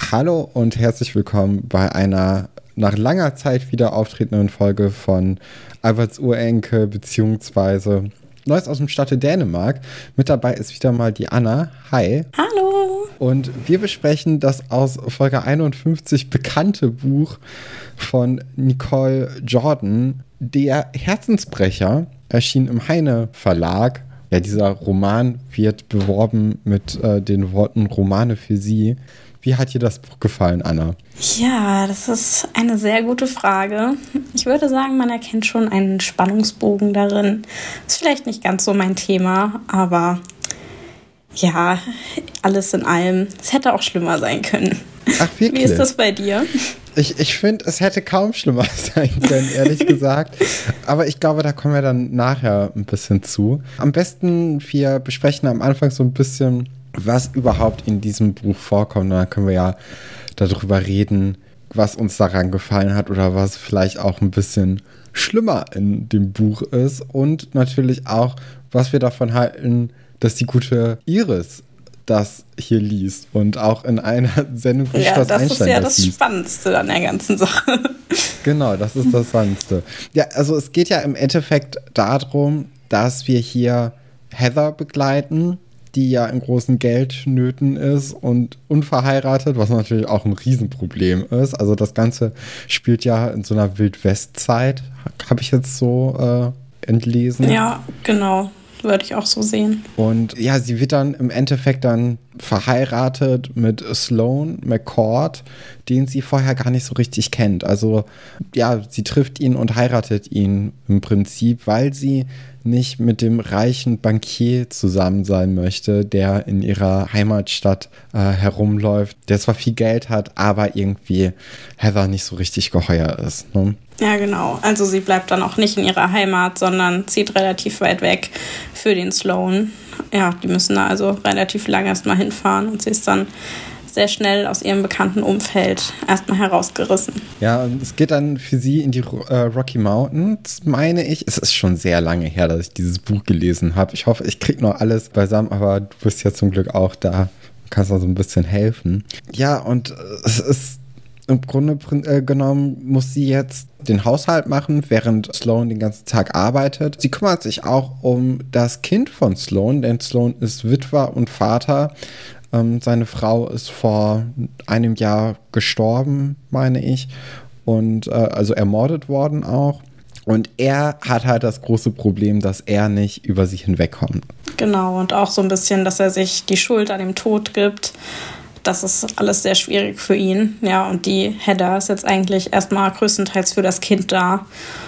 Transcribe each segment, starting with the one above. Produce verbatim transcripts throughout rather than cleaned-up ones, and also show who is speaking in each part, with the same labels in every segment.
Speaker 1: Hallo und herzlich willkommen bei einer nach langer Zeit wieder auftretenden Folge von Alberts Urenkel beziehungsweise Neues aus dem Stadte Dänemark. Mit dabei ist wieder mal die Anna. Hi.
Speaker 2: Hallo.
Speaker 1: Und wir besprechen das aus Folge einundfünfzig bekannte Buch von Nicole Jordan, Der Herzensbrecher, erschien im Heine Verlag. Ja, dieser Roman wird beworben mit äh, den Worten Romane für sie. Wie hat dir das Buch gefallen, Anna?
Speaker 2: Ja, das ist eine sehr gute Frage. Ich würde sagen, man erkennt schon einen Spannungsbogen darin. Ist vielleicht nicht ganz so mein Thema, aber ja, alles in allem. Es hätte auch schlimmer sein können.
Speaker 1: Ach, wirklich?
Speaker 2: Wie ist das bei dir?
Speaker 1: Ich, ich finde, es hätte kaum schlimmer sein können, ehrlich gesagt. Aber ich glaube, da kommen wir dann nachher ein bisschen zu. Am besten, wir besprechen am Anfang so ein bisschen, was überhaupt in diesem Buch vorkommt. Und dann können wir ja darüber reden, was uns daran gefallen hat oder was vielleicht auch ein bisschen schlimmer in dem Buch ist. Und natürlich auch, was wir davon halten, dass die gute Iris das hier liest und auch in einer Sendung wie
Speaker 2: Ja,
Speaker 1: Schloss
Speaker 2: das
Speaker 1: Einstein
Speaker 2: ist ja
Speaker 1: das
Speaker 2: das
Speaker 1: liest.
Speaker 2: Spannendste an der ganzen Sache.
Speaker 1: Genau, das ist das Spannendste. Ja, also es geht ja im Endeffekt darum, dass wir hier Heather begleiten, die ja in großen Geldnöten ist und unverheiratet, was natürlich auch ein Riesenproblem ist. Also das Ganze spielt ja in so einer Wild-West-Zeit, habe ich jetzt so äh, entlesen.
Speaker 2: Ja, genau. Würde ich auch so sehen.
Speaker 1: Und ja, sie wird dann im Endeffekt dann verheiratet mit Sloan McCord, den sie vorher gar nicht so richtig kennt. Also ja, sie trifft ihn und heiratet ihn im Prinzip, weil sie nicht mit dem reichen Bankier zusammen sein möchte, der in ihrer Heimatstadt äh, herumläuft, der zwar viel Geld hat, aber irgendwie Heather nicht so richtig geheuer ist. Ne?
Speaker 2: Ja, genau. Also sie bleibt dann auch nicht in ihrer Heimat, sondern zieht relativ weit weg für den Sloan. Ja, die müssen da also relativ lang erstmal hinfahren und sie ist dann sehr schnell aus ihrem bekannten Umfeld erstmal herausgerissen.
Speaker 1: Ja, und es geht dann für sie in die äh, Rocky Mountains, meine ich. Es ist schon sehr lange her, dass ich dieses Buch gelesen habe. Ich hoffe, ich kriege noch alles beisammen, aber du bist ja zum Glück auch da. Kannst also ein bisschen helfen. Ja, und es ist im Grunde äh, genommen, muss sie jetzt den Haushalt machen, während Sloan den ganzen Tag arbeitet. Sie kümmert sich auch um das Kind von Sloan, denn Sloan ist Witwer und Vater. Ähm, seine Frau ist vor einem Jahr gestorben, meine ich, und äh, also ermordet worden auch. Und er hat halt das große Problem, dass er nicht über sich hinwegkommt.
Speaker 2: Genau, und auch so ein bisschen, dass er sich die Schuld an dem Tod gibt. Das ist alles sehr schwierig für ihn. Ja, und die Heather ist jetzt eigentlich erstmal größtenteils für das Kind da,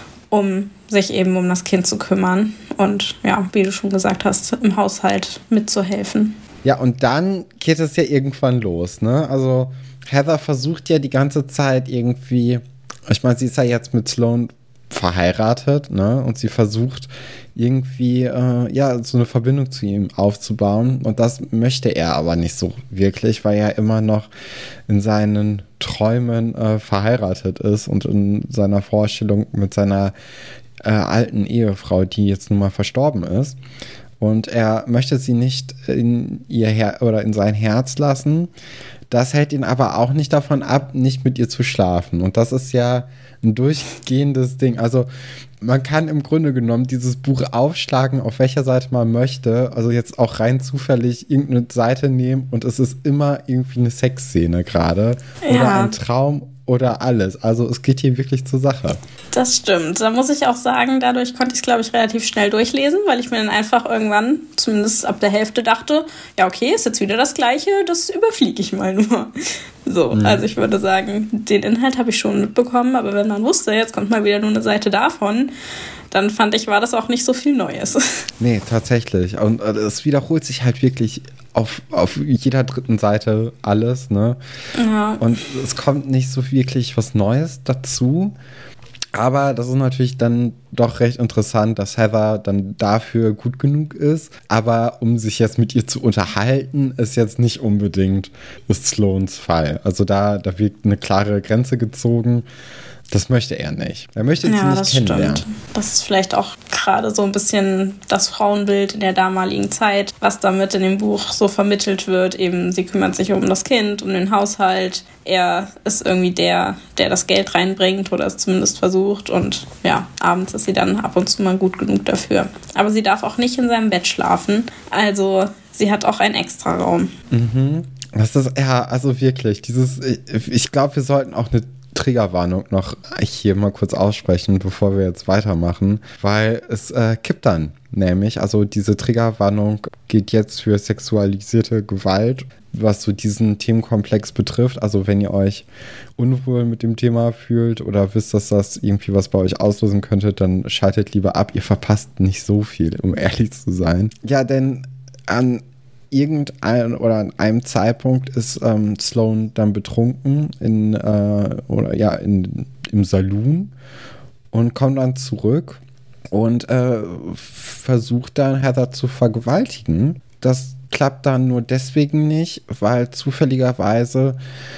Speaker 2: um sich eben um das Kind zu kümmern und ja, wie du schon gesagt hast, im Haushalt mitzuhelfen.
Speaker 1: Ja, und dann geht es ja irgendwann los, ne? Also Heather versucht ja die ganze Zeit irgendwie, ich meine, sie ist ja jetzt mit Sloan verheiratet, ne? Und sie versucht irgendwie, äh, ja, so eine Verbindung zu ihm aufzubauen. Und das möchte er aber nicht so wirklich, weil er immer noch in seinen Träumen äh, verheiratet ist und in seiner Vorstellung mit seiner äh, alten Ehefrau, die jetzt nun mal verstorben ist. Und er möchte sie nicht in ihr Her- oder in sein Herz lassen. Das hält ihn aber auch nicht davon ab, nicht mit ihr zu schlafen. Und das ist ja ein durchgehendes Ding. Also man kann im Grunde genommen dieses Buch aufschlagen, auf welcher Seite man möchte. Also jetzt auch rein zufällig irgendeine Seite nehmen und es ist immer irgendwie eine Sexszene gerade. Ja. Oder ein Traum oder alles. Also es geht hier wirklich zur Sache.
Speaker 2: Das stimmt. Da muss ich auch sagen, dadurch konnte ich es, glaube ich, relativ schnell durchlesen, weil ich mir dann einfach irgendwann, zumindest ab der Hälfte, dachte, ja, okay, ist jetzt wieder das Gleiche, das überfliege ich mal nur. So, mhm. Also ich würde sagen, den Inhalt habe ich schon mitbekommen, aber wenn man wusste, jetzt kommt mal wieder nur eine Seite davon, dann fand ich, war das auch nicht so viel Neues.
Speaker 1: Nee, tatsächlich. Und äh, es wiederholt sich halt wirklich auf, auf jeder dritten Seite alles, ne?
Speaker 2: Ja.
Speaker 1: Und es kommt nicht so wirklich was Neues dazu. Aber das ist natürlich dann doch recht interessant, dass Heather dann dafür gut genug ist. Aber um sich jetzt mit ihr zu unterhalten, ist jetzt nicht unbedingt ist Sloans Fall. Also da, da wird eine klare Grenze gezogen. Das möchte er nicht. Er möchte sie
Speaker 2: ja,
Speaker 1: nicht
Speaker 2: das
Speaker 1: kennenlernen.
Speaker 2: Stimmt. Das ist vielleicht auch gerade so ein bisschen das Frauenbild in der damaligen Zeit, was damit in dem Buch so vermittelt wird. Eben, sie kümmert sich um das Kind, um den Haushalt. Er ist irgendwie der, der das Geld reinbringt oder es zumindest versucht. Und ja, abends ist sie dann ab und zu mal gut genug dafür. Aber sie darf auch nicht in seinem Bett schlafen. Also sie hat auch einen Extraraum.
Speaker 1: Mhm. Das ist, ja, also wirklich, dieses, ich, ich glaube, wir sollten auch eine Triggerwarnung noch hier mal kurz aussprechen, bevor wir jetzt weitermachen, weil es äh, kippt dann nämlich, also diese Triggerwarnung geht jetzt für sexualisierte Gewalt, was so diesen Themenkomplex betrifft. Also wenn ihr euch unwohl mit dem Thema fühlt oder wisst, dass das irgendwie was bei euch auslösen könnte, dann schaltet lieber ab, ihr verpasst nicht so viel, um ehrlich zu sein. Ja, denn an irgendein oder an einem Zeitpunkt ist ähm, Sloane dann betrunken in äh, oder ja in, im Saloon und kommt dann zurück und äh, versucht dann Heather zu vergewaltigen. Das klappt dann nur deswegen nicht, weil zufälligerweise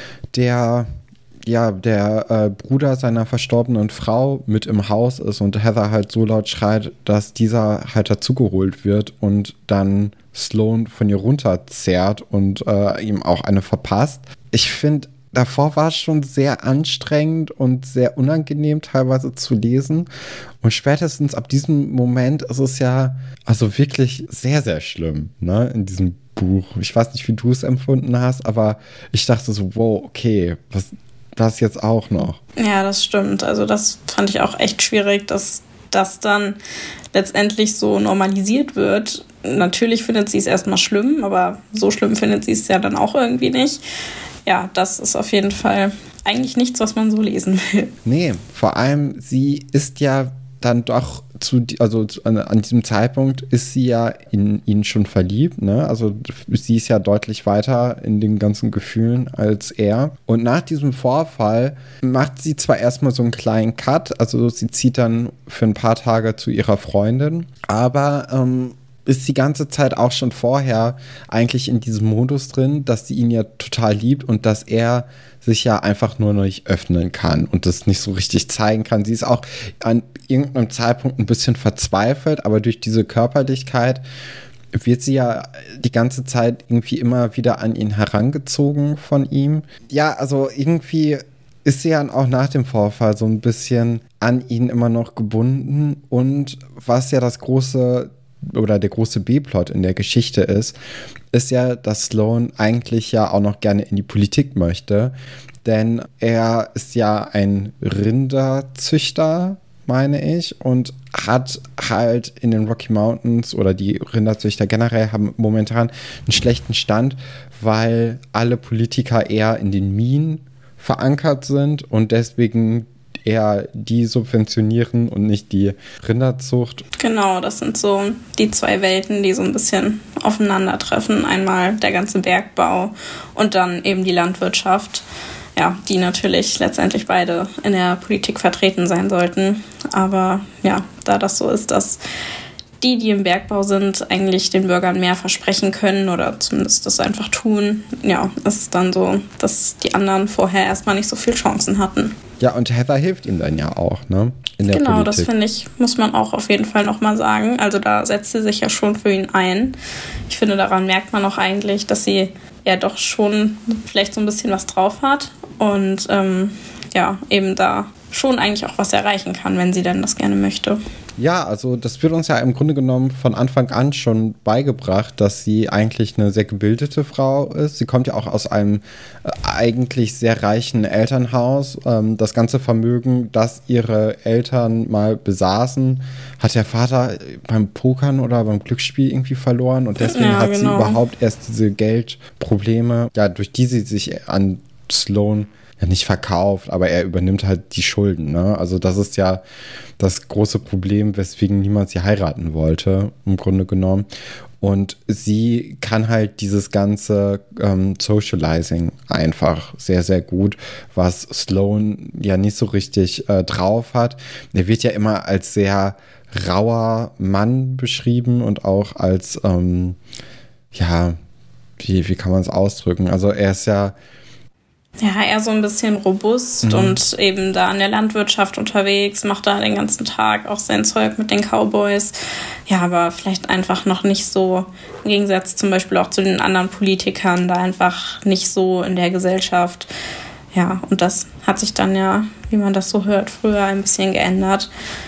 Speaker 1: der ja, der äh, Bruder seiner verstorbenen Frau mit im Haus ist und Heather halt so laut schreit, dass dieser halt dazugeholt wird und dann Sloane von ihr runterzerrt und äh, ihm auch eine verpasst. Ich finde, davor war es schon sehr anstrengend und sehr unangenehm teilweise zu lesen. Und spätestens ab diesem Moment ist es ja also wirklich sehr, sehr schlimm, ne, in diesem Buch. Ich weiß nicht, wie du es empfunden hast, aber ich dachte so, wow, okay, was das jetzt auch noch.
Speaker 2: Ja, das stimmt. Also das fand ich auch echt schwierig, dass das dann letztendlich so normalisiert wird. Natürlich findet sie es erstmal schlimm, aber so schlimm findet sie es ja dann auch irgendwie nicht. Ja, das ist auf jeden Fall eigentlich nichts, was man so lesen will.
Speaker 1: Nee, vor allem sie ist ja dann doch zu, also an, an diesem Zeitpunkt ist sie ja in ihn schon verliebt, ne? Also sie ist ja deutlich weiter in den ganzen Gefühlen als er. Und nach diesem Vorfall macht sie zwar erstmal so einen kleinen Cut, also sie zieht dann für ein paar Tage zu ihrer Freundin, aber ähm, ist die ganze Zeit auch schon vorher eigentlich in diesem Modus drin, dass sie ihn ja total liebt und dass er sich ja einfach nur noch nicht öffnen kann und das nicht so richtig zeigen kann. Sie ist auch an irgendeinem Zeitpunkt ein bisschen verzweifelt, aber durch diese Körperlichkeit wird sie ja die ganze Zeit irgendwie immer wieder an ihn herangezogen von ihm. Ja, also irgendwie ist sie ja auch nach dem Vorfall so ein bisschen an ihn immer noch gebunden und was ja das große oder der große B-Plot in der Geschichte ist, ist ja, dass Sloane eigentlich ja auch noch gerne in die Politik möchte, denn er ist ja ein Rinderzüchter, meine ich, und hat halt in den Rocky Mountains oder die Rinderzüchter generell haben momentan einen schlechten Stand, weil alle Politiker eher in den Minen verankert sind und deswegen eher die subventionieren und nicht die Rinderzucht.
Speaker 2: Genau, das sind so die zwei Welten, die so ein bisschen aufeinandertreffen. Einmal der ganze Bergbau und dann eben die Landwirtschaft, ja, die natürlich letztendlich beide in der Politik vertreten sein sollten. Aber ja, da das so ist, dass die, die im Bergbau sind, eigentlich den Bürgern mehr versprechen können oder zumindest das einfach tun, ja, ist es dann so, dass die anderen vorher erstmal nicht so viele Chancen hatten.
Speaker 1: Ja, und Heather hilft ihm dann ja auch, ne? In der
Speaker 2: genau,
Speaker 1: Politik.
Speaker 2: Das finde ich, muss man auch auf jeden Fall nochmal sagen. Also da setzt sie sich ja schon für ihn ein. Ich finde, daran merkt man auch eigentlich, dass sie ja doch schon vielleicht so ein bisschen was drauf hat und ähm, ja, eben da schon eigentlich auch was erreichen kann, wenn sie denn das gerne möchte.
Speaker 1: Ja, also das wird uns ja im Grunde genommen von Anfang an schon beigebracht, dass sie eigentlich eine sehr gebildete Frau ist. Sie kommt ja auch aus einem äh, eigentlich sehr reichen Elternhaus. Ähm, das ganze Vermögen, das ihre Eltern mal besaßen, hat der Vater beim Pokern oder beim Glücksspiel irgendwie verloren und deswegen
Speaker 2: ja,
Speaker 1: hat
Speaker 2: genau.
Speaker 1: sie überhaupt erst diese Geldprobleme, ja, durch die sie sich an Sloane ja nicht verkauft, aber er übernimmt halt die Schulden, ne? Also das ist ja das große Problem, weswegen niemand sie heiraten wollte, im Grunde genommen. Und sie kann halt dieses ganze ähm, Socializing einfach sehr, sehr gut, was Sloane ja nicht so richtig äh, drauf hat. Er wird ja immer als sehr rauer Mann beschrieben und auch als, ähm, ja, wie, wie kann man es ausdrücken? Also er ist ja
Speaker 2: Ja, eher so ein bisschen robust mhm. und eben da in der Landwirtschaft unterwegs, macht da den ganzen Tag auch sein Zeug mit den Cowboys. Ja, aber vielleicht einfach noch nicht so, im Gegensatz zum Beispiel auch zu den anderen Politikern, da einfach nicht so in der Gesellschaft. Ja, und das hat sich dann ja, wie man das so hört, früher ein bisschen geändert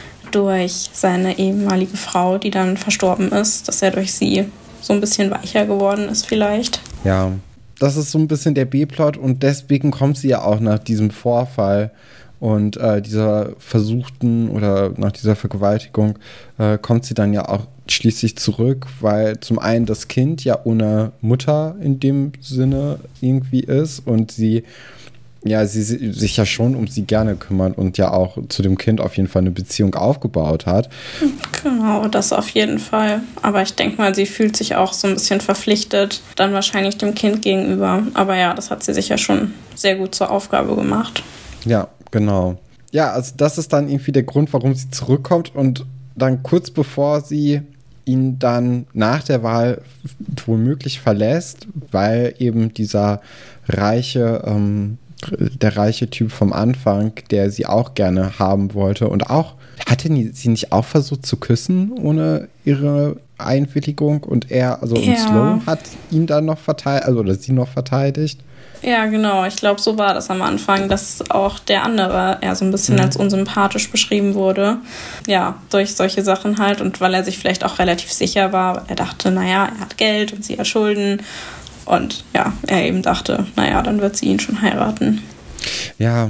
Speaker 2: durch seine ehemalige Frau, die dann verstorben ist, dass er durch sie so ein bisschen weicher geworden ist vielleicht.
Speaker 1: Ja, das ist so ein bisschen der B-Plot und deswegen kommt sie ja auch nach diesem Vorfall und äh, dieser versuchten oder nach dieser Vergewaltigung äh, kommt sie dann ja auch schließlich zurück, weil zum einen das Kind ja ohne Mutter in dem Sinne irgendwie ist und sie ja, sie sich ja schon um sie gerne kümmert und ja auch zu dem Kind auf jeden Fall eine Beziehung aufgebaut hat.
Speaker 2: Genau, das auf jeden Fall. Aber ich denke mal, sie fühlt sich auch so ein bisschen verpflichtet, dann wahrscheinlich dem Kind gegenüber. Aber ja, das hat sie sich ja schon sehr gut zur Aufgabe gemacht.
Speaker 1: Ja, genau. Ja, also das ist dann irgendwie der Grund, warum sie zurückkommt und dann kurz bevor sie ihn dann nach der Wahl womöglich verlässt, weil eben dieser reiche ähm, der reiche Typ vom Anfang, der sie auch gerne haben wollte und auch, hatte sie nicht auch versucht zu küssen ohne ihre Einwilligung und er, also ja. und Sloane hat ihn dann noch verteidigt, also oder sie noch verteidigt?
Speaker 2: Ja, genau, ich glaube, so war das am Anfang, dass auch der andere eher so ein bisschen mhm. als unsympathisch beschrieben wurde. Ja, durch solche Sachen halt und weil er sich vielleicht auch relativ sicher war, er dachte, naja, er hat Geld und sie hat Schulden. Und ja, er eben dachte, naja, dann wird sie ihn schon heiraten.
Speaker 1: Ja,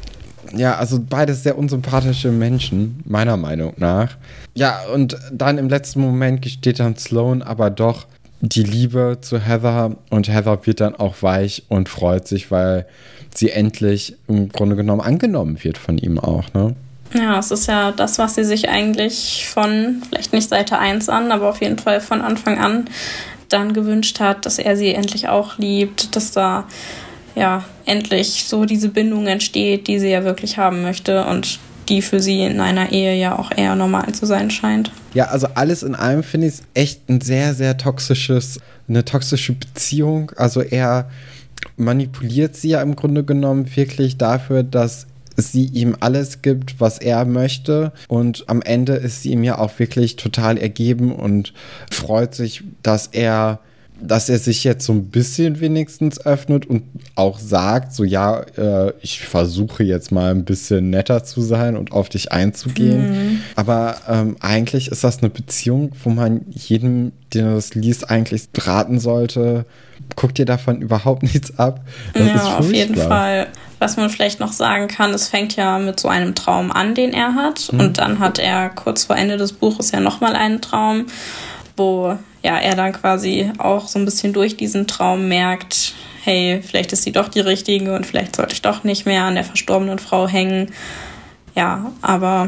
Speaker 1: ja, also beides sehr unsympathische Menschen, meiner Meinung nach. Ja, und dann im letzten Moment gesteht dann Sloane aber doch die Liebe zu Heather und Heather wird dann auch weich und freut sich, weil sie endlich im Grunde genommen angenommen wird von ihm auch, ne?
Speaker 2: Ja, es ist ja das, was sie sich eigentlich von, vielleicht nicht Seite eins an, aber auf jeden Fall von Anfang an dann gewünscht hat, dass er sie endlich auch liebt, dass da ja endlich so diese Bindung entsteht, die sie ja wirklich haben möchte und die für sie in einer Ehe ja auch eher normal zu sein scheint.
Speaker 1: Ja, also alles in allem finde ich es echt ein sehr, sehr toxisches, eine toxische Beziehung. Also er manipuliert sie ja im Grunde genommen wirklich dafür, dass sie ihm alles gibt, was er möchte und am Ende ist sie ihm ja auch wirklich total ergeben und freut sich, dass er dass er sich jetzt so ein bisschen wenigstens öffnet und auch sagt, so ja, äh, ich versuche jetzt mal ein bisschen netter zu sein und auf dich einzugehen. Mhm. Aber ähm, eigentlich ist das eine Beziehung, wo man jedem, der das liest, eigentlich raten sollte, guck dir davon überhaupt nichts ab. Das
Speaker 2: ja,
Speaker 1: ist
Speaker 2: auf jeden Fall. Was man vielleicht noch sagen kann, es fängt ja mit so einem Traum an, den er hat. Mhm. Und dann hat er kurz vor Ende des Buches ja nochmal einen Traum, wo ja, er dann quasi auch so ein bisschen durch diesen Traum merkt, hey, vielleicht ist sie doch die Richtige und vielleicht sollte ich doch nicht mehr an der verstorbenen Frau hängen. Ja, aber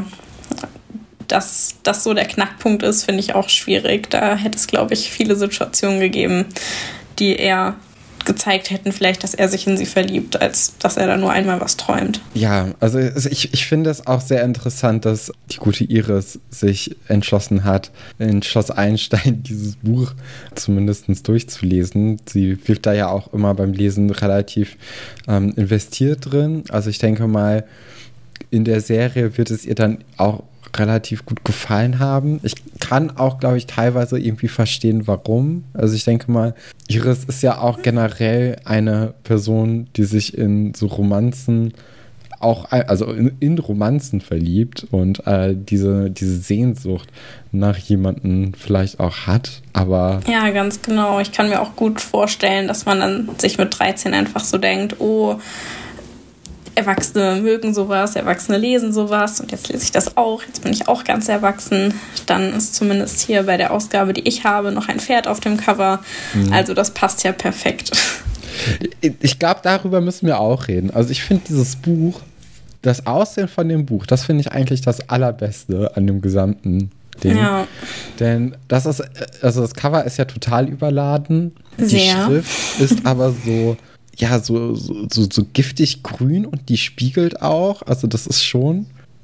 Speaker 2: dass das so der Knackpunkt ist, finde ich auch schwierig. Da hätte es, glaube ich, viele Situationen gegeben, die eher gezeigt hätten, vielleicht, dass er sich in sie verliebt, als dass er da nur einmal was träumt.
Speaker 1: Ja, also ich, ich finde es auch sehr interessant, dass die gute Iris sich entschlossen hat, in Schloss Einstein dieses Buch zumindest durchzulesen. Sie wirkt da ja auch immer beim Lesen relativ ähm, investiert drin. Also ich denke mal, in der Serie wird es ihr dann auch relativ gut gefallen haben. Ich kann auch, glaube ich, teilweise irgendwie verstehen, warum. Also ich denke mal, Iris ist ja auch generell eine Person, die sich in so Romanzen auch, also in, in Romanzen verliebt und äh, diese, diese Sehnsucht nach jemandem vielleicht auch hat, aber...
Speaker 2: Ja, ganz genau. Ich kann mir auch gut vorstellen, dass man dann sich mit dreizehn einfach so denkt, oh, Erwachsene mögen sowas, Erwachsene lesen sowas und jetzt lese ich das auch, jetzt bin ich auch ganz erwachsen. Dann ist zumindest hier bei der Ausgabe, die ich habe, noch ein Pferd auf dem Cover. Mhm. Also das passt ja perfekt.
Speaker 1: Ich glaube, darüber müssen wir auch reden. Also ich finde dieses Buch, das Aussehen von dem Buch, das finde ich eigentlich das Allerbeste an dem gesamten Ding. Ja. Denn das ist, also das Cover ist ja total überladen. Sehr. Die Schrift ist aber so... Ja, so, so, so, so giftig grün und die spiegelt auch. Also das ist schon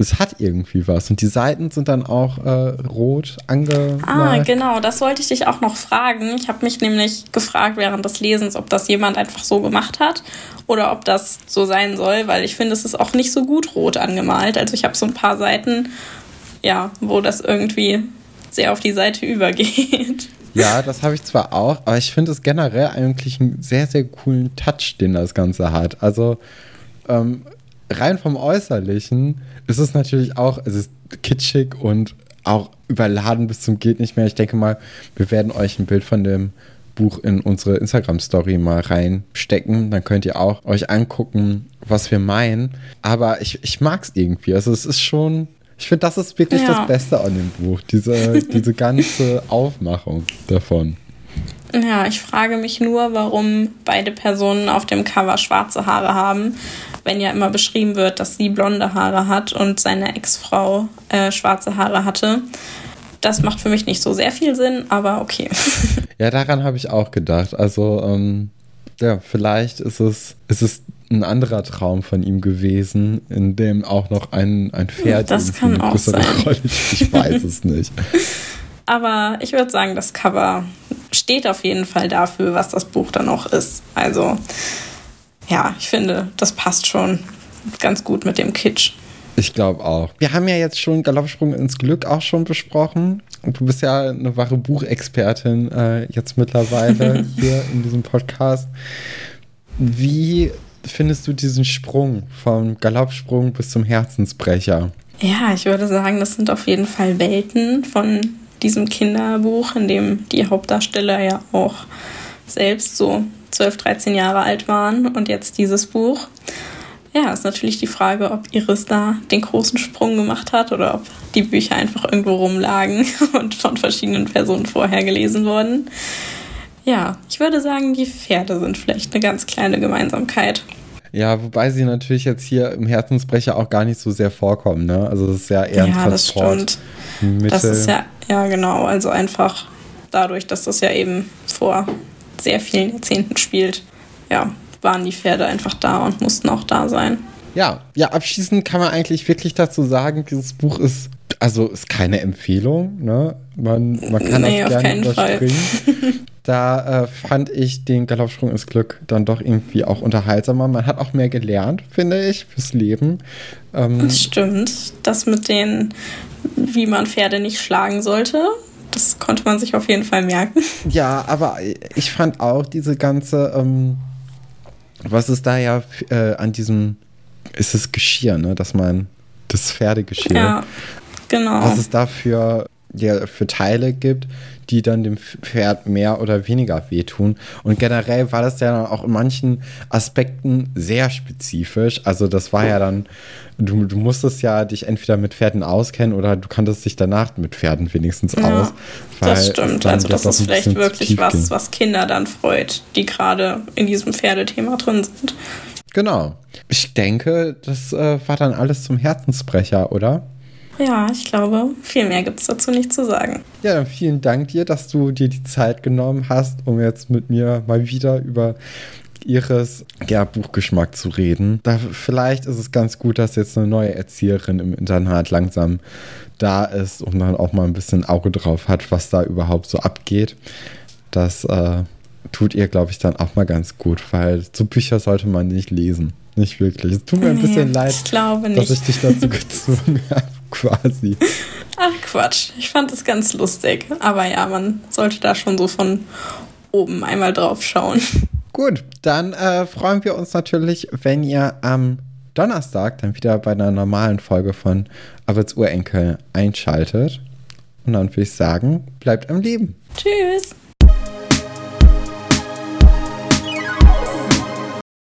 Speaker 1: es hat irgendwie was. Und die Seiten sind dann auch äh, rot angemalt.
Speaker 2: Ah, genau, das wollte ich dich auch noch fragen. Ich habe mich nämlich gefragt während des Lesens, ob das jemand einfach so gemacht hat oder ob das so sein soll, weil ich finde, es ist auch nicht so gut rot angemalt. Also ich habe so ein paar Seiten, ja, wo das irgendwie sehr auf die Seite übergeht.
Speaker 1: Ja, das habe ich zwar auch, aber ich finde es generell eigentlich einen sehr, sehr coolen Touch, den das Ganze hat. Also ähm, rein vom Äußerlichen ist es natürlich auch, es ist kitschig und auch überladen bis zum geht nicht mehr. Ich denke mal, wir werden euch ein Bild von dem Buch in unsere Instagram-Story mal reinstecken. Dann könnt ihr auch euch angucken, was wir meinen. Aber ich, ich mag es irgendwie. Also es ist schon... Ich finde, das ist wirklich ja. das Beste an dem Buch, diese, diese ganze Aufmachung davon.
Speaker 2: Ja, ich frage mich nur, warum beide Personen auf dem Cover schwarze Haare haben, wenn ja immer beschrieben wird, dass sie blonde Haare hat und seine Ex-Frau äh, schwarze Haare hatte. Das macht für mich nicht so sehr viel Sinn, aber okay.
Speaker 1: Ja, daran habe ich auch gedacht. Also, ähm, ja, vielleicht ist es, ist es ein anderer Traum von ihm gewesen, in dem auch noch ein, ein Pferd
Speaker 2: das kann
Speaker 1: eine
Speaker 2: auch
Speaker 1: größere
Speaker 2: sein.
Speaker 1: Rolle spielt. Ich weiß es nicht.
Speaker 2: Aber ich würde sagen, das Cover steht auf jeden Fall dafür, was das Buch dann auch ist. Also, ja, ich finde, das passt schon ganz gut mit dem Kitsch.
Speaker 1: Ich glaube auch. Wir haben ja jetzt schon Galoppsprung ins Glück auch schon besprochen. Und du bist ja eine wahre Buchexpertin äh, jetzt mittlerweile hier in diesem Podcast. Wie findest du diesen Sprung vom Galoppsprung bis zum Herzensbrecher?
Speaker 2: Ja, ich würde sagen, das sind auf jeden Fall Welten von diesem Kinderbuch, in dem die Hauptdarsteller ja auch selbst so zwölf, dreizehn Jahre alt waren und jetzt dieses Buch. Ja, ist natürlich die Frage, ob Iris da den großen Sprung gemacht hat oder ob die Bücher einfach irgendwo rumlagen und von verschiedenen Personen vorher gelesen wurden. Ja, ich würde sagen, die Pferde sind vielleicht eine ganz kleine Gemeinsamkeit.
Speaker 1: Ja, wobei sie natürlich jetzt hier im Herzensbrecher auch gar nicht so sehr vorkommen, ne? Also das ist ja eher ein
Speaker 2: ja,
Speaker 1: Transport.
Speaker 2: Das stimmt. Das ist ja, ja genau, also einfach dadurch, dass das ja eben vor sehr vielen Jahrzehnten spielt, ja, waren die Pferde einfach da und mussten auch da sein.
Speaker 1: Ja, ja, abschließend kann man eigentlich wirklich dazu sagen, dieses Buch ist, also ist keine Empfehlung, ne? Man, man kann nee, das gerne überspringen. Da äh, fand ich den Galoppsprung ins Glück dann doch irgendwie auch unterhaltsamer. Man hat auch mehr gelernt, finde ich, fürs Leben. Ähm,
Speaker 2: das stimmt. Das mit den, wie man Pferde nicht schlagen sollte, das konnte man sich auf jeden Fall merken. Ja,
Speaker 1: aber ich fand auch diese ganze, ähm, was ist da ja äh, an diesem, ist es Geschirr, ne? Dass man, das Pferdegeschirr.
Speaker 2: Ja, genau.
Speaker 1: Was es da für, ja, für Teile gibt, die dann dem Pferd mehr oder weniger wehtun. Und generell war das ja dann auch in manchen Aspekten sehr spezifisch. Also das war ja dann, du, du musstest ja dich entweder mit Pferden auskennen oder du kanntest dich danach mit Pferden wenigstens
Speaker 2: ja,
Speaker 1: aus. Weil
Speaker 2: das stimmt. Also das ist vielleicht wirklich was, was Kinder dann freut, die gerade in diesem Pferdethema drin sind.
Speaker 1: Genau. Ich denke, das äh, war dann alles zum Herzensbrecher, oder?
Speaker 2: Ja, ich glaube, viel mehr gibt es dazu nicht zu sagen.
Speaker 1: Ja, dann vielen Dank dir, dass du dir die Zeit genommen hast, um jetzt mit mir mal wieder über Iris ja, Buchgeschmack zu reden. Da, vielleicht ist es ganz gut, dass jetzt eine neue Erzieherin im Internat langsam da ist und dann auch mal ein bisschen Auge drauf hat, was da überhaupt so abgeht. Das äh, tut ihr, glaube ich, dann auch mal ganz gut, weil so Bücher sollte man nicht lesen. Nicht wirklich. Es tut mir ein nee, bisschen leid,
Speaker 2: ich glaube nicht.
Speaker 1: dass ich dich dazu gezwungen habe, quasi.
Speaker 2: Ach Quatsch, ich fand es ganz lustig. Aber ja, man sollte da schon so von oben einmal drauf schauen.
Speaker 1: Gut, dann äh, freuen wir uns natürlich, wenn ihr am Donnerstag dann wieder bei einer normalen Folge von Arvids Urenkel einschaltet. Und dann würde ich sagen, bleibt am Leben.
Speaker 2: Tschüss.